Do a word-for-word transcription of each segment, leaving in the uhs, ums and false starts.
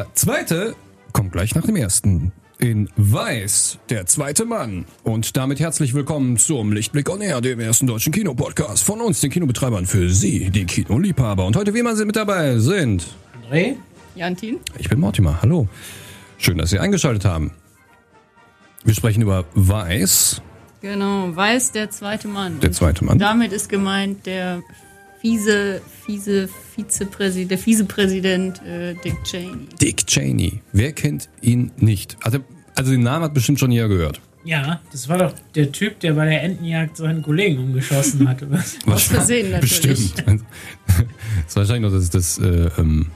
Der zweite kommt gleich nach dem ersten. In Weiß, der zweite Mann. Und damit herzlich willkommen zum Lichtblick on Air, dem ersten deutschen Kinopodcast von uns, den Kinobetreibern, für Sie, die Kinoliebhaber. Und heute wie immer mit dabei sind André, Jantin. Ich bin Mortimer, hallo. Schön, dass Sie eingeschaltet haben. Wir sprechen über Weiß. Genau, Weiß, der zweite Mann. Der zweite Mann. Und damit ist gemeint der fiese, fiese Vizepräsident, der Vizepräsident äh, Dick Cheney. Dick Cheney. Wer kennt ihn nicht? Also, also den Namen hat bestimmt schon jeder gehört. ja, das war doch der Typ, der bei der Entenjagd seinen Kollegen umgeschossen hatte. Was? Aus Versehen natürlich. Bestimmt. Das ist wahrscheinlich noch das, das, äh,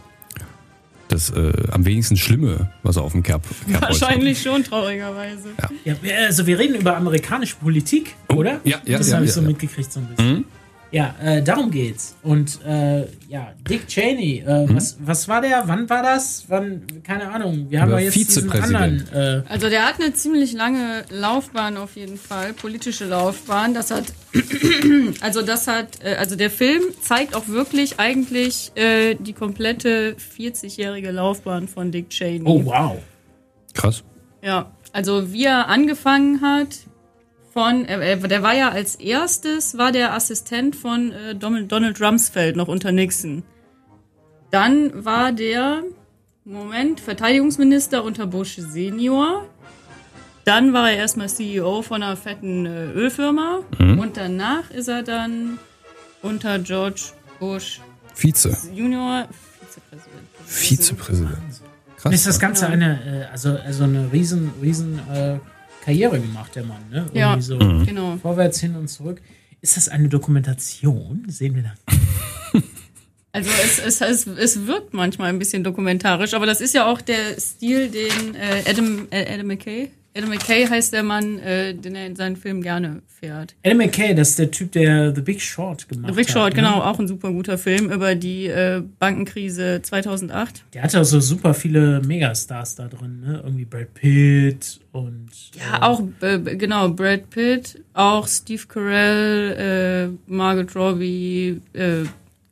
das äh, am wenigsten Schlimme, was er auf dem Kerb hat. Wahrscheinlich schon, traurigerweise. Ja, also wir reden über amerikanische Politik, Oh, oder? ja, ja, Das ja, habe ich ja, so ja. mitgekriegt so ein bisschen. Mhm. Ja, äh, darum geht's. Und äh, ja, Dick Cheney, äh, Mhm. was, was war der? Wann war das? Wann? Keine Ahnung. Wir haben Der ja jetzt diesen Vizepräsident. anderen. Äh, Also der hat eine ziemlich lange Laufbahn auf jeden Fall, politische Laufbahn. Das hat, also das hat, äh, also der Film zeigt auch wirklich eigentlich äh, die komplette vierzigjährige Laufbahn von Dick Cheney. oh wow. Krass. Ja, also wie er angefangen hat von, äh, der war ja als erstes, war der Assistent von äh, Donald, Donald Rumsfeld noch unter Nixon. Dann war der, Moment, Verteidigungsminister unter Bush Senior. Dann war er erstmal C E O von einer fetten äh, Ölfirma. Mhm. Und danach ist er dann unter George Bush Vize. Junior Vizepräsident gewesen. Vizepräsident. Krass. Ist das Ganze Ja. eine, äh, also, also eine riesen, riesen äh, Karriere gemacht, der Mann, ne? Ja. Irgendwie so Mhm. Genau. vorwärts, hin und zurück. Ist das eine Dokumentation? Sehen wir da? Also es, es, es, es wirkt manchmal ein bisschen dokumentarisch, aber das ist ja auch der Stil, den äh, Adam, äh, Adam McKay, Adam McKay heißt der Mann, äh, den er in seinen Filmen gerne fährt. Adam McKay, das ist der Typ, der The Big Short gemacht The Big hat. Short, ne? genau, auch ein super guter Film über die äh, Bankenkrise zweitausendacht. Der hatte auch so super viele Megastars da drin, ne? Irgendwie Brad Pitt und... Ja, auch, äh, genau, Brad Pitt, auch Steve Carell, äh, Margot Robbie, äh,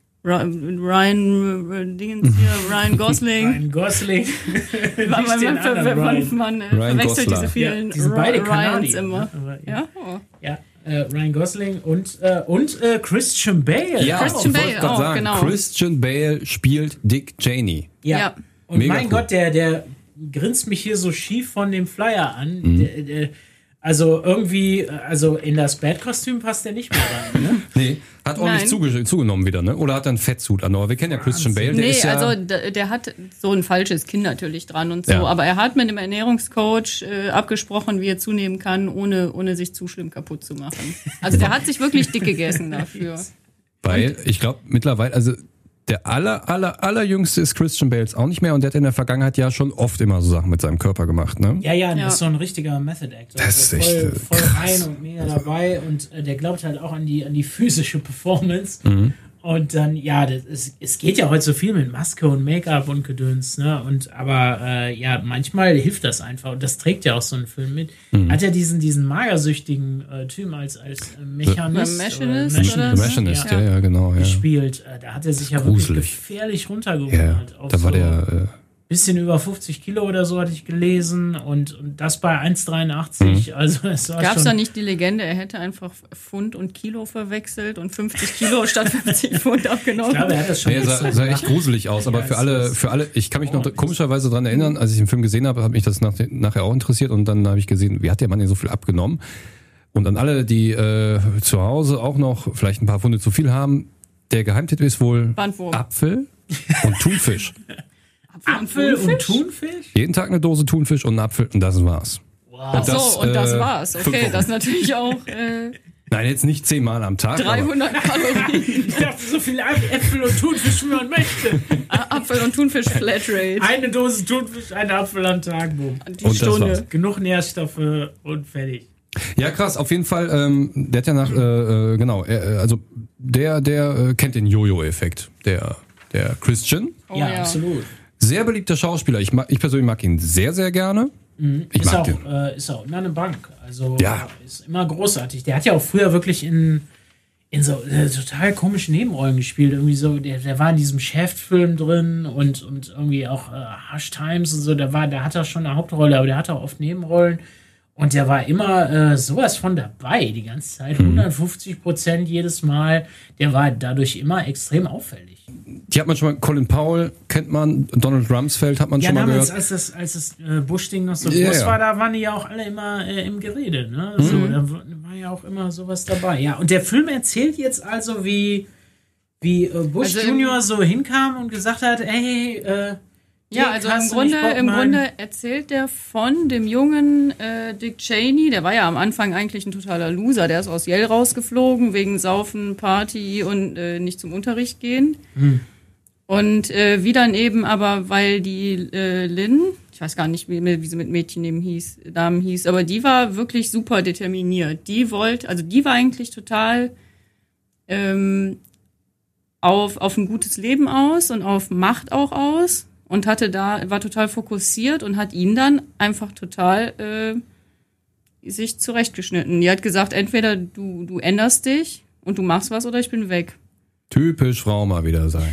Ryan, äh, Dingens hier, Ryan Gosling. Ryan Gosling. Man, man, Nicht den man, ver- anderen man, Ryan. man äh, Ryan verwechselt Goslar. diese vielen Ja, die sind beide Ryans Kanadier, immer. ne? Aber, ja. Ja? Oh. Ja, äh, Ryan Gosling und, äh, und äh, Christian Bale. Ja, Christian ich wollte Bale gerade auch, sagen, genau. Christian Bale spielt Dick Cheney. Ja. Ja. Und Mega mein cool. Gott, der, der grinst mich hier so schief von dem Flyer an. Mhm. Der, der, also irgendwie, also in das Bad-Kostüm passt der nicht mehr rein, ne? Nee, hat ordentlich Nein. zuge- zugenommen wieder, ne? Oder hat er einen Fettsuit an? Aber wir kennen ja Christian Bale, der Nee, ist ja... also der, der hat so ein falsches Kinn natürlich dran und so, Ja. aber er hat mit dem Ernährungscoach äh, abgesprochen, wie er zunehmen kann, ohne, ohne sich zu schlimm kaputt zu machen. Also der hat sich wirklich dick gegessen dafür. Weil ich glaube mittlerweile, also der aller, aller, allerjüngste ist Christian Bale auch nicht mehr und der hat in der Vergangenheit ja schon oft immer so Sachen mit seinem Körper gemacht, ne? Ja, ja, Ja. das ist so ein richtiger Method Actor. Das ist also voll, echt, äh, voll krass. rein und mega dabei und äh, der glaubt halt auch an die, an die physische Performance. Mhm. Und dann, ja, das ist, es geht ja heute so viel mit Maske und Make-up und Gedöns, ne? Und aber äh, ja, manchmal hilft das einfach und das trägt ja auch so einen Film mit. Mhm. Hat ja diesen, diesen magersüchtigen äh, Typen als, als äh, Mechanist, Machinist oder oder The so? Machinist, ja, ja, ja, genau. Ja, gespielt. Äh, da hat er sich ja wirklich gruselig. gefährlich runtergeholt. ja auf da war so der... Äh, bisschen über fünfzig Kilo oder so hatte ich gelesen und, und das bei eins Komma dreiundachtzig. Mhm. Also es war Gab es schon... da nicht die Legende, er hätte einfach Pfund und Kilo verwechselt und fünfzig Kilo statt fünfzig Pfund abgenommen? Ich glaube, er hat das schon Nee, sah, sah echt gruselig aus, aber Ja, für es alle, ist- für alle, ich kann mich noch Oh, komischerweise dran erinnern, als ich den Film gesehen habe, hat mich das nach, nachher auch interessiert und dann habe ich gesehen, wie hat der Mann denn so viel abgenommen? Und an alle, die äh, zu Hause auch noch vielleicht ein paar Pfunde zu viel haben, der Geheimtipp ist wohl Bandwurm. Apfel und Thunfisch. Apfel und Thunfisch? Jeden Tag eine Dose Thunfisch und einen Apfel und das war's. Wow. Ach so, das, und das äh, war's. fünf Okay, Wochen. das ist natürlich auch äh, Nein, jetzt nicht zehnmal am Tag. Aber dreihundert Kalorien. Ich dachte, so viel Äpfel und Thunfisch, wie man möchte. Apfel- und Thunfisch Flatrate. Eine Dose Thunfisch, ein Apfel am Tag, boom. Die Und das Stunde. war's. Genug Nährstoffe und fertig. ja, krass, auf jeden Fall, ähm, der hat ja nach, äh, äh, genau, äh, also der, der äh, kennt den Jojo-Effekt, der, der Christian. Oh, ja, ja. absolut. Sehr beliebter Schauspieler. Ich, mag, ich persönlich mag ihn sehr, sehr gerne. Ich ist, mag auch, den. äh, ist auch immer eine Bank. Also Ja. ist immer großartig. Der hat ja auch früher wirklich in, in so äh, total komischen Nebenrollen gespielt. Irgendwie so, der, der war in diesem Shaft-Film drin und, und irgendwie auch äh, Hush Times und so. Der war, der hatte schon eine Hauptrolle, aber der hatte auch oft Nebenrollen. Und der war immer äh, sowas von dabei, die ganze Zeit. hundertfünfzig Prozent jedes Mal. Der war dadurch immer extrem auffällig. Die hat man schon mal, Colin Powell kennt man, Donald Rumsfeld hat man ja, schon mal damals, gehört. als das, als das äh, Bush-Ding noch so Ja, groß ja. war, da waren die ja auch alle immer äh, im Gerede. Ne? So, Mhm. da war ja auch immer sowas dabei. Ja, und der Film erzählt jetzt also, wie, wie äh, Bush Also im- Junior so hinkam und gesagt hat, hey, äh, Ja, Dick, also im hast du nicht Grunde, Bock, im mal- Grunde erzählt der von dem jungen äh, Dick Cheney, der war ja am Anfang eigentlich ein totaler Loser, der ist aus Yale rausgeflogen wegen Saufen, Party und äh, nicht zum Unterricht gehen. Hm. Und äh, wie dann eben aber, weil die äh, Lynn, ich weiß gar nicht, wie, wie sie mit Mädchennamen hieß, Damen hieß, aber die war wirklich super determiniert. Die wollte, also die war eigentlich total ähm, auf, auf ein gutes Leben aus und auf Macht auch aus. Und hatte da, war total fokussiert und hat ihn dann einfach total äh, sich zurechtgeschnitten. Die hat gesagt, entweder du, du änderst dich und du machst was oder ich bin weg. Typisch Frau mal wieder sein.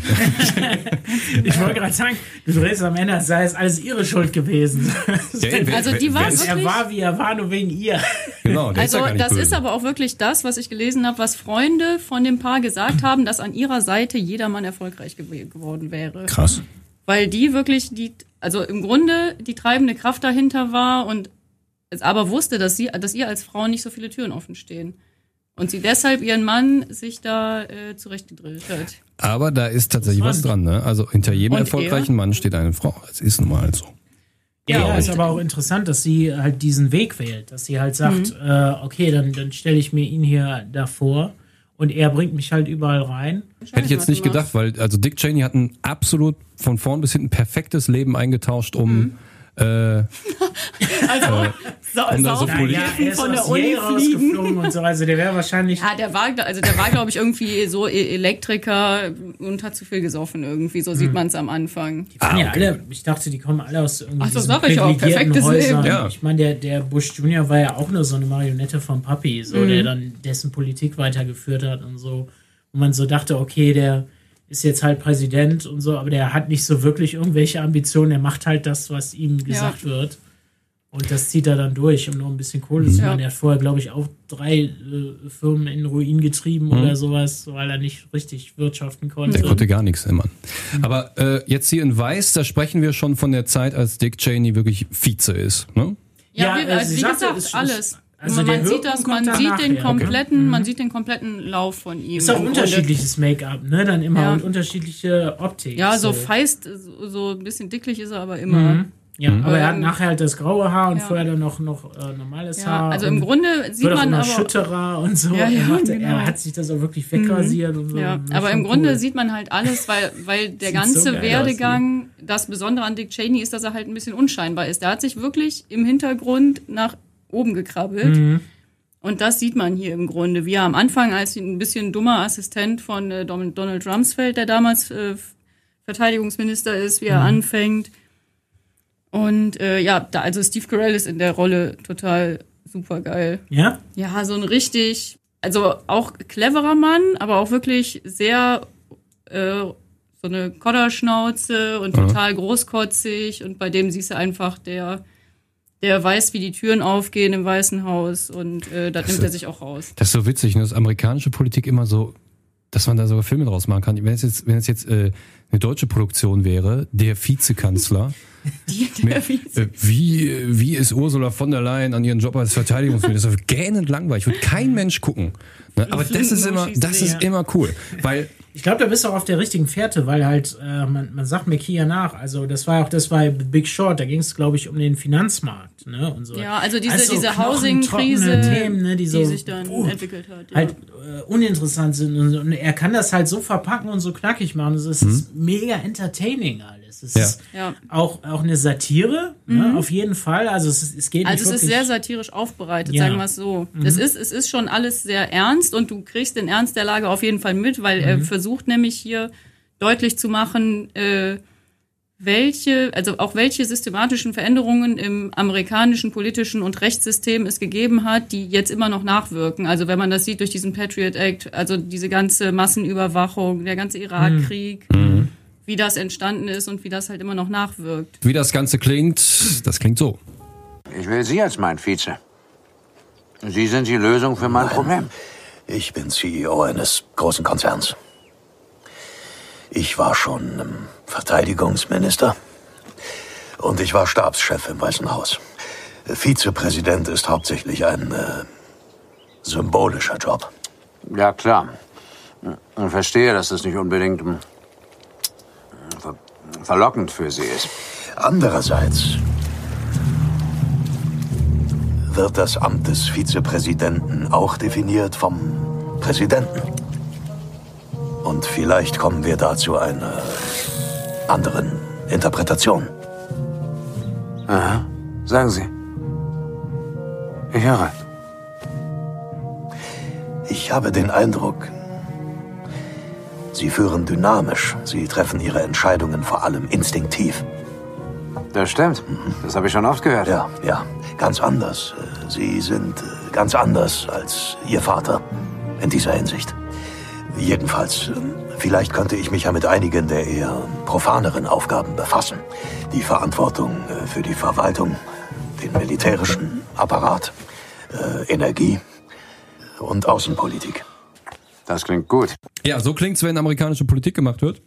Ich wollte gerade sagen, du drehst am Ende, als sei es alles ihre Schuld gewesen. Also die war wer ist- Er wirklich- war, wie er war, nur wegen ihr. Genau, der ist Also ja gar nicht das böse. ist aber auch wirklich das, was ich gelesen habe, was Freunde von dem Paar gesagt haben, dass an ihrer Seite jedermann erfolgreich gew- geworden wäre. Krass. Weil die wirklich, die, also im Grunde die treibende Kraft dahinter war und es aber wusste, dass sie, dass ihr als Frau nicht so viele Türen offen stehen. Und sie deshalb ihren Mann sich da äh, zurechtgedrillt hat. Aber da ist tatsächlich was dran, ne? Also hinter jedem Und erfolgreichen Mann steht eine Frau. Es ist nun mal so. Ja, Ja, ist und- aber auch interessant, dass sie halt diesen Weg wählt, dass sie halt sagt, Mhm. äh, okay, dann, dann stelle ich mir ihn hier davor und er bringt mich halt überall rein. Hätte ich jetzt nicht gedacht, weil also Dick Cheney hat ein absolut von vorn bis hinten perfektes Leben eingetauscht, um Mhm. äh, Also, sa um da so saufen Poli- Ja, er ist von der aus Uni Yale fliegen. rausgeflogen und so, also der wäre wahrscheinlich... Ja, der war, also der war, glaube ich, irgendwie so E- Elektriker und hat zu viel gesoffen irgendwie. So Hm. sieht man es am Anfang. Die waren ja alle, ich dachte, die kommen alle aus irgendwie Ach, das diesen sag ich auch, privilegierten perfektes Häusern. Leben. Ja. Ich meine, der, der Bush Junior war ja auch nur so eine Marionette vom Papi, so, Mhm. der dann dessen Politik weitergeführt hat und so. Und man so dachte, okay, der ist jetzt halt Präsident und so, aber der hat nicht so wirklich irgendwelche Ambitionen, der macht halt das, was ihm gesagt wird. Und das zieht er dann durch, um noch ein bisschen Kohle zu Ja. machen. Er hat vorher, glaube ich, auch drei äh, Firmen in Ruin getrieben Mhm. oder sowas, weil er nicht richtig wirtschaften konnte. der konnte gar nichts, der Mann. Aber äh, jetzt hier in Weiß, da sprechen wir schon von der Zeit, als Dick Cheney wirklich Vize ist, ne? Ja, Ja, wie, äh, also, sie wie sagte, gesagt, es ist- alles. also man der man sieht Höhepunkt das, man kommt sieht danach, den ja. kompletten, man sieht den kompletten Lauf von ihm. Ist auch Im Grunde. unterschiedliches Make-up, ne? Dann immer Ja. und unterschiedliche Optik. Ja, so feist, so, so ein bisschen dicklich ist er aber immer. Mhm. Ja, Mhm. aber er hat Ähm, nachher halt das graue Haar und ja. vorher dann noch, noch äh, normales Ja, Haar. also und im Grunde sieht wird auch man immer aber schütterer und so. Ja, er, ja, macht, genau. er hat sich das auch wirklich wegrasiert und so. Ja, Das aber schon im Grunde cool. sieht man halt alles, weil, weil der Sieht ganze so geil Werdegang, das Besondere an Dick Cheney ist, dass er halt ein bisschen unscheinbar ist. Der hat sich wirklich im Hintergrund nach oben gekrabbelt. Mhm. Und das sieht man hier im Grunde. Wie er am Anfang als ein bisschen dummer Assistent von äh, Donald Donald Rumsfeld, der damals äh, Verteidigungsminister ist, wie er Mhm. anfängt. Und äh, ja, da, also Steve Carell ist in der Rolle total super geil. Ja? Ja, so ein richtig, also auch cleverer Mann, aber auch wirklich sehr äh, so eine Kodderschnauze und Mhm. total großkotzig. Und bei dem siehst du einfach, der, der weiß, wie die Türen aufgehen im Weißen Haus und äh, da Das nimmt ist- er sich auch raus. Das ist so witzig, ne? Dass amerikanische Politik immer so, dass man da sogar Filme draus machen kann. Wenn es jetzt, wenn es jetzt äh, eine deutsche Produktion wäre, der Vizekanzler, Die, mit, der Vize- äh, wie, wie ist Ursula von der Leyen an ihren Job als Verteidigungsminister? Das wird gähnend langweilig, wird kein Mensch gucken. Ne? Aber das ist immer, das ist immer cool, weil Ich glaube, da bist du auch auf der richtigen Fährte, weil halt, äh, man, man sagt McKee ja nach, also das war auch das bei Big Short, da ging es, glaube ich, um den Finanzmarkt, ne, und so. Ja, also diese, Also diese knochentrockene Housing-Krise, Themen, ne, die, die, so, sich dann puh, entwickelt hat. Ja. halt äh, uninteressant sind und, so. Und er kann das halt so verpacken und so knackig machen, also es ist mega entertaining alles. Es Ja. ist Ja. auch, auch eine Satire, ne, auf jeden Fall, also es, ist, es geht Also nicht es ist wirklich... sehr satirisch aufbereitet, Ja. sagen wir es so. Es ist, es ist schon alles sehr ernst und du kriegst den Ernst der Lage auf jeden Fall mit, weil er versucht nämlich hier deutlich zu machen, äh, welche, also auch welche systematischen Veränderungen im amerikanischen politischen und Rechtssystem es gegeben hat, die jetzt immer noch nachwirken. Also wenn man das sieht durch diesen Patriot Act, also diese ganze Massenüberwachung, der ganze Irakkrieg, mhm. wie das entstanden ist und wie das halt immer noch nachwirkt. Wie das Ganze klingt, das klingt so. Ich will Sie als mein Vize. Sie sind die Lösung für mein Problem. Ich bin C E O eines großen Konzerns. Ich war schon ähm, Verteidigungsminister und ich war Stabschef im Weißen Haus. Vizepräsident ist hauptsächlich ein äh, symbolischer Job. Ja, klar. Ich verstehe, dass das nicht unbedingt ähm, ver verlockend für Sie ist. Andererseits wird das Amt des Vizepräsidenten auch definiert vom Präsidenten. Und vielleicht kommen wir da zu einer anderen Interpretation. Aha. Sagen Sie. Ich höre. Ich habe den Eindruck, Sie führen dynamisch. Sie treffen Ihre Entscheidungen vor allem instinktiv. Das stimmt. Das habe ich schon oft gehört. Ja, ja. Ganz anders. Sie sind ganz anders als Ihr Vater in dieser Hinsicht. Jedenfalls, vielleicht könnte ich mich ja mit einigen der eher profaneren Aufgaben befassen. Die Verantwortung für die Verwaltung, den militärischen Apparat, äh, Energie und Außenpolitik. Das klingt gut. Ja, so klingt's, wenn amerikanische Politik gemacht wird.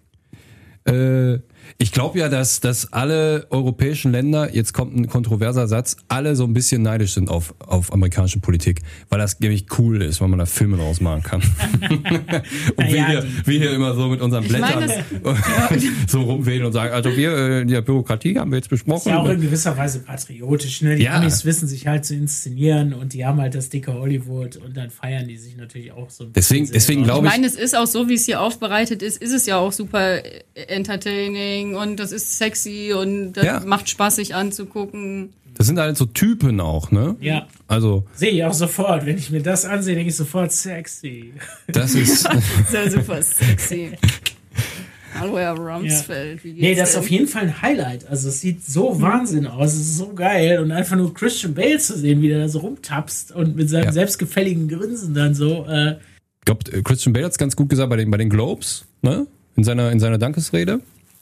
Äh, ich glaube ja, dass, dass alle europäischen Länder, jetzt kommt ein kontroverser Satz, alle so ein bisschen neidisch sind auf, auf amerikanische Politik, weil das nämlich cool ist, weil man da Filme draus machen kann. Und wir, ja, hier, wir hier immer so mit unseren Blättern so rumwählen und sagen, also wir in der Bürokratie haben wir jetzt besprochen. Das ist ja auch in gewisser Weise patriotisch, ne? Die ja. Amis wissen sich halt zu inszenieren und die haben halt das dicke Hollywood und dann feiern die sich natürlich auch so ein bisschen. Deswegen, deswegen glaube ich. Ich meine, es ist auch so, wie es hier aufbereitet ist, ist es ja auch super entertaining und das ist sexy und das ja. macht Spaß, sich anzugucken. Das sind halt so Typen auch, ne? Ja. Also. Sehe ich auch sofort. Wenn ich mir das ansehe, denke ich sofort sexy. Das ist. Sehr super sexy. Hallo, Herr Rumsfeld. Ja. Wie geht's nee, das ist denn? auf jeden Fall ein Highlight. Also, es sieht so Wahnsinn aus. Es ist so geil. Und einfach nur Christian Bale zu sehen, wie der da so rumtapst und mit seinem ja. selbstgefälligen Grinsen dann so. Äh ich glaube, Christian Bale hat es ganz gut gesagt bei den, bei den Globes, ne? In seiner, in seiner Dankesrede.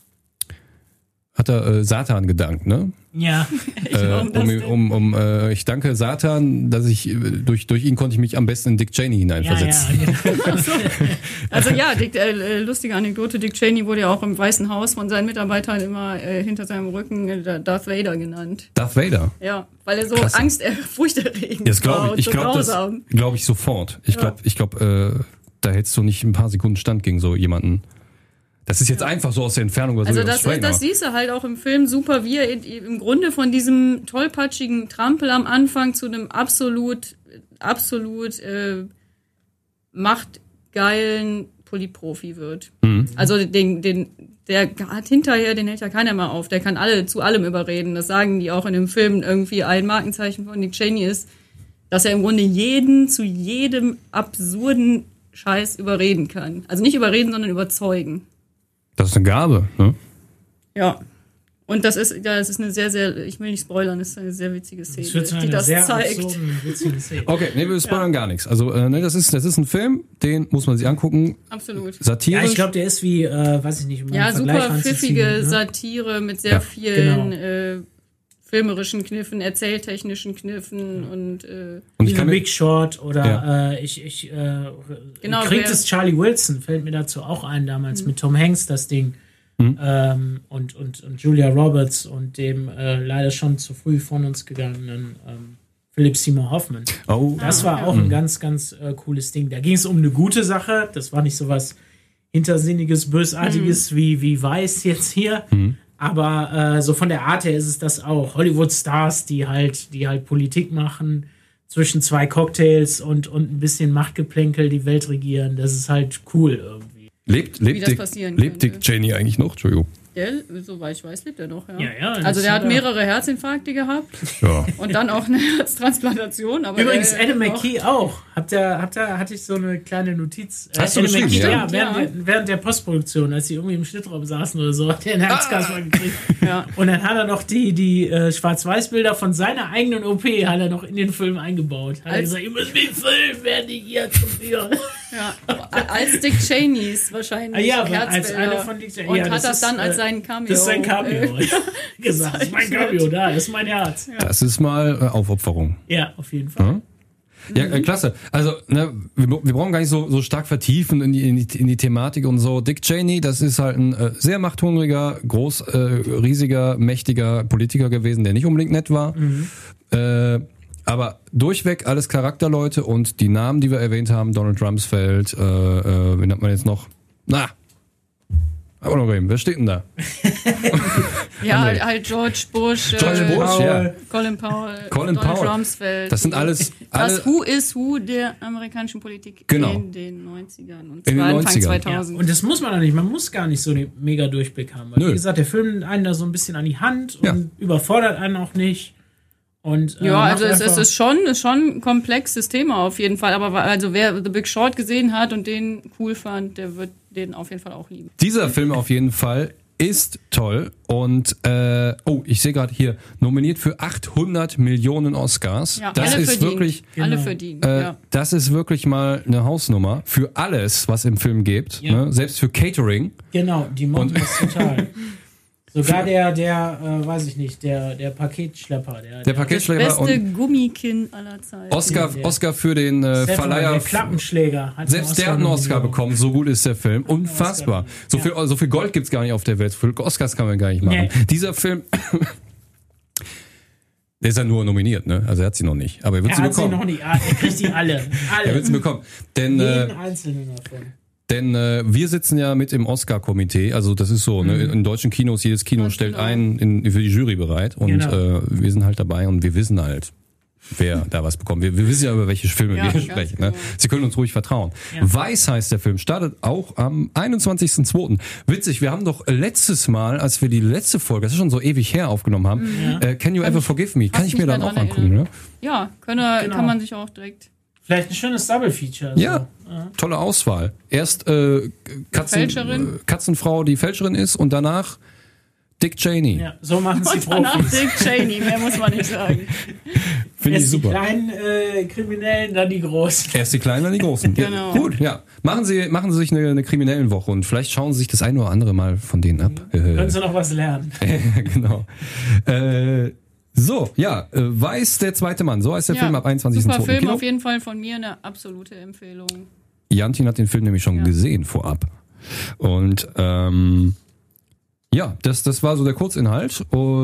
Hat er äh, Satan gedankt, ne? Ja. äh, um, um, um, äh, ich danke Satan, dass ich äh, durch durch ihn konnte ich mich am besten in Dick Cheney hineinversetzen. Ja, ja, genau. Also ja, Dick, äh, lustige Anekdote, Dick Cheney wurde ja auch im Weißen Haus von seinen Mitarbeitern immer äh, hinter seinem Rücken äh, Darth Vader genannt. Darth Vader? Ja, weil er so Klasse. Angst, äh, furchterregend das glaub ich, war und ich so glaub, grausam. Das glaube ich sofort. Ich glaube, ja. ich glaube, äh, da hättest du nicht ein paar Sekunden Stand gegen so jemanden. Das ist jetzt ja. einfach so aus der Entfernung. Was also das, sprechen, das siehst du halt auch im Film super, wie er im Grunde von diesem tollpatschigen Trampel am Anfang zu einem absolut, absolut äh, machtgeilen Polyprofi wird. Mhm. Also den, den, der hat hinterher, den hält ja keiner mehr auf. Der kann alle zu allem überreden. Das sagen die auch in dem Film. Irgendwie ein Markenzeichen von Dick Cheney ist, dass er im Grunde jeden zu jedem absurden Scheiß überreden kann. Also nicht überreden, sondern überzeugen. Das ist eine Gabe, ne? Ja. Und das ist, ja, das ist eine sehr, sehr, ich will nicht spoilern, das ist eine sehr witzige Szene, das die das sehr zeigt. Szene. Okay, nee, wir spoilern ja. gar nichts. Also, äh, ne, das ist, das ist ein Film, den muss man sich angucken. Absolut. Ja, Satirisch. ich glaube, der ist wie, äh, weiß ich nicht, um ja, Vergleich super pfiffige ne? Satire mit sehr ja. vielen genau. äh, filmerischen Kniffen, erzähltechnischen Kniffen ja. und, äh, und ich kann Big Short oder ja. äh, ich, ich äh, genau, kriegt es Charlie Wilson, fällt mir dazu auch ein damals mhm. mit Tom Hanks das Ding. Mhm. Ähm, und, und, und Julia Roberts und dem äh, leider schon zu früh von uns gegangenen ähm, Philip Seymour Hoffman. Oh. Das war auch mhm. ein ganz, ganz äh, cooles Ding. Da ging es um eine gute Sache. Das war nicht so was Hintersinniges, Bösartiges mhm. wie, wie Weiß jetzt hier. Mhm. Aber äh, so von der Art her ist es das auch. Hollywood-Stars, die halt, die halt Politik machen, zwischen zwei Cocktails und, und ein bisschen Machtgeplänkel die Welt regieren. Das ist halt cool irgendwie. Lebt, lebt, Dick, lebt Dick Cheney eigentlich noch? Entschuldigung. Der, soweit ich weiß, lebt er noch, ja. Ja, ja, das also der hat hat er. mehrere Herzinfarkte gehabt Ja. und dann auch eine Herztransplantation. Aber Übrigens, er- Adam noch- McKee auch. Habt ihr, habt ihr, hatte ich so eine kleine Notiz. Äh, Hast du Adam geschrieben, McKee, ja? ja, während, Ja. Der, während der Postproduktion, als sie irgendwie im Schnittraum saßen oder so, hat er einen Herzgas Ah. gekriegt. Ja. Und dann hat er noch die, die äh, Schwarz-Weiß-Bilder von seiner eigenen O P hat er noch in den Film eingebaut. Hat er Als- gesagt, ihr müsst mich filmen, werde ich hier zu mir. Ja, als Dick Cheneys wahrscheinlich. Ah ja, aber als Herzbilder. eine von Dick Cheney. Und Ja, hat das das ist, dann als äh, sein Cameo. Das ist sein Cameo. äh, gesagt, das ist mein Cameo, da ist mein Herz. Das ist mal äh, Aufopferung. Ja, auf jeden Fall. Ja, äh, klasse. Also, ne, wir, wir brauchen gar nicht so, so stark vertiefen in die, in, die, in die Thematik und so. Dick Cheney, das ist halt ein äh, sehr machthungriger, groß, äh, riesiger, mächtiger Politiker gewesen, der nicht unbedingt nett war. Mhm. Äh, aber durchweg alles Charakterleute und die Namen, die wir erwähnt haben, Donald Rumsfeld, äh, äh, wen hat man jetzt noch? Na, aber noch reden. Wer steht denn da? Ja, André. halt George Bush, George äh, Bush, ja. Colin Powell, Colin Donald Powell. Rumsfeld. Das sind alles, alle, das Who is Who der amerikanischen Politik Genau. in den neunzigern und In den zwar Anfang neunzigern. Ja, zweitausend. und das muss man auch nicht. Man muss gar nicht so einen mega Durchblick haben. Weil, Nö. wie gesagt, der Film nimmt einen da so ein bisschen an die Hand und Ja. überfordert einen auch nicht. Und, äh, Ja, macht also es, es einfach- ist schon, ist schon ein komplexes Thema auf jeden Fall. Aber wa- also wer The Big Short gesehen hat und den cool fand, der wird den auf jeden Fall auch lieben. dieser Film auf jeden Fall ist toll und äh, oh, ich sehe gerade hier nominiert für achthundert Millionen Oscars. Ja, das alle ist verdienen. wirklich Alle Genau. verdienen. äh, ja. das ist wirklich mal eine Hausnummer für alles, was im Film gibt, Ja. ne? Selbst für Catering. Genau, die machen das total. Sogar der, der, äh, weiß ich nicht, der, der Paketschlepper. Der, Der Paketschläger Beste und Gummikinn aller Zeiten. Oscar, der- Oscar für den äh, der, Verleiher. der Klappenschläger. Hat Selbst der hat einen Oscar nominiert. bekommen, so gut ist der Film. Unfassbar. So viel, so viel Gold gibt's gar nicht auf der Welt. So viel Oscars kann man gar nicht machen. Nee. Dieser Film, der ist ja nur nominiert, ne? Also er hat sie noch nicht. Aber er wird Er sie hat sie bekommen. noch nicht. Ah, Er kriegt die alle. Er Alle. wird sie bekommen. Denn, äh, Jeden einzelnen davon. denn äh, wir sitzen ja mit im Oscar-Komitee. Also das ist so, ne? In deutschen Kinos, jedes Kino Ganz stellt genau. einen in, für die Jury bereit. Und Genau. äh, wir sind halt dabei und wir wissen halt, wer da was bekommt. Wir, wir wissen ja, über welche Filme Ja, wir ganz sprechen. genau. Ne? Sie können uns ruhig vertrauen. Ja. Weiß heißt der Film, startet auch am einundzwanzigsten zweiten Witzig, wir haben doch letztes Mal, als wir die letzte Folge, das ist schon so ewig her, aufgenommen haben, Ja. äh, Can You Ever Forgive Me? Kann fast ich mir nicht dann mehr auch dran angucken. Ne? erinnern. Ja, kann, er, Genau. kann man sich auch direkt. Vielleicht ein schönes Double-Feature. Ja, tolle Auswahl. Erst äh, Katzen, Fälscherin. äh, Katzenfrau, die Fälscherin ist und danach Dick Cheney. Ja, so machen es die Und danach Profis. Dick Cheney, mehr muss man nicht sagen. Finde ich Erst die super. kleinen äh, Kriminellen, dann die großen. Erst die Kleinen, dann die Großen. Ja, Genau. gut, ja. Machen Sie, machen Sie sich eine, eine kriminellen Woche und vielleicht schauen Sie sich das eine oder andere mal von denen ab. Können Sie noch was lernen? Genau. Äh, so, ja, äh, Weiß der zweite Mann. So heißt der Ja, Film ab einundzwanzigsten Super zweiten Film, Kino. auf jeden Fall von mir eine absolute Empfehlung. Jantin hat den Film nämlich schon Ja. gesehen vorab. Und ähm, ja, das, das war so der Kurzinhalt.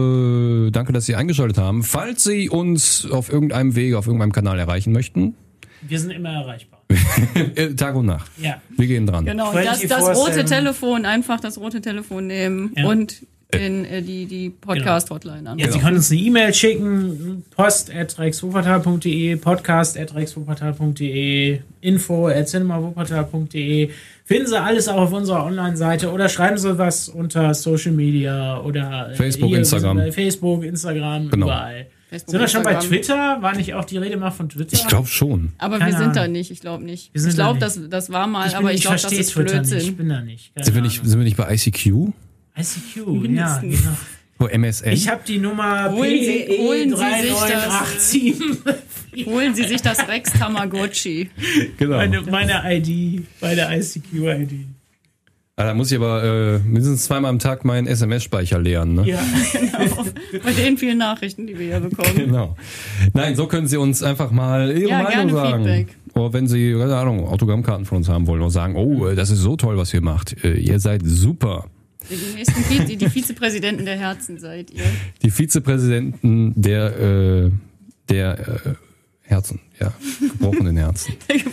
Uh, danke, dass Sie eingeschaltet haben. Falls Sie uns auf irgendeinem Wege, auf irgendeinem Kanal erreichen möchten, Wir sind immer erreichbar. äh, Tag und Nacht. Ja. Wir gehen dran. Genau, das, das vierundzwanzig rote sieben. Telefon, einfach das rote Telefon nehmen Ja. und den, äh, die, die Podcast-Hotline an. Ja, Sie können uns eine E-Mail schicken, post at rexwuppertal punkt de, podcast at rexwuppertal punkt de, info at cinemawuppertal punkt de. Finden Sie alles auch auf unserer Online-Seite oder schreiben Sie was unter Social Media oder äh, Facebook, hier, Instagram. wir sind bei Facebook, Instagram, Genau. überall. Facebook, Sind wir schon bei Instagram. Twitter? War nicht auch die Rede mal von Twitter? Ich glaube schon. Aber Keine wir sind da Ahnung. nicht, ich glaube nicht. Wir sind Ich da glaube, nicht. das, das war mal, ich bin, aber ich ich glaube, das verstehe ist Twitter nicht. Ich Blödsinn. bin da nicht. Keine Sind wir nicht, Ahnung. sind wir nicht bei I C Q? I C Q, ja, Mindestens. genau. Wo M S N? Ich habe die Nummer Holen P Sie- E holen Sie drei sich neun das, acht sieben. Holen Sie sich das Rex Tamagotchi. genau. Meine, meine I D, meine I C Q-I D. Ah, da muss ich aber äh, mindestens zweimal am Tag meinen S M S-Speicher leeren. Ne? Ja, Bei den vielen Nachrichten, die wir hier bekommen. Genau. Nein, so können Sie uns einfach mal Ihre Ja, Meinung gerne sagen. Feedback. Oder wenn Sie, keine Ahnung, Autogrammkarten von uns haben wollen und sagen, oh, äh, das ist so toll, was ihr macht. Äh, Ihr seid super. Die nächsten Vize, die Vizepräsidenten der Herzen seid ihr. Die Vizepräsidenten der, äh, der äh, Herzen, ja, gebrochenen Herzen.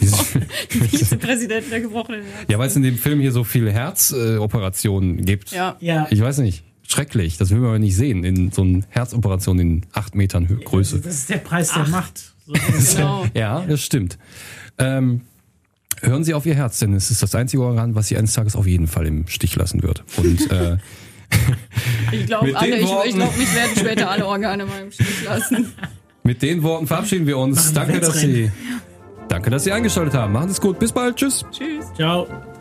Die Vizepräsidenten der gebrochenen Herzen. Ja, weil es in dem Film hier so viele Herzoperationen gibt. Ja. ja. Ich weiß nicht. Schrecklich. Das will man aber nicht sehen. In so einer Herzoperation in acht Metern Hö- Größe. Das ist der Preis der Macht. So ist es. Genau. Ja, das stimmt. Ähm, hören Sie auf Ihr Herz, denn es ist das einzige Organ, was Sie eines Tages auf jeden Fall im Stich lassen wird. Und äh, Ich glaube, Mit alle, den ich, ich Worten- glaube, mich werden später alle Organe mal im Stich lassen. Mit den Worten verabschieden wir uns. Machen Danke, dass Wettrennen. Sie, danke, dass Sie eingeschaltet haben. Machen Sie es gut. Bis bald. Tschüss. Tschüss. Ciao.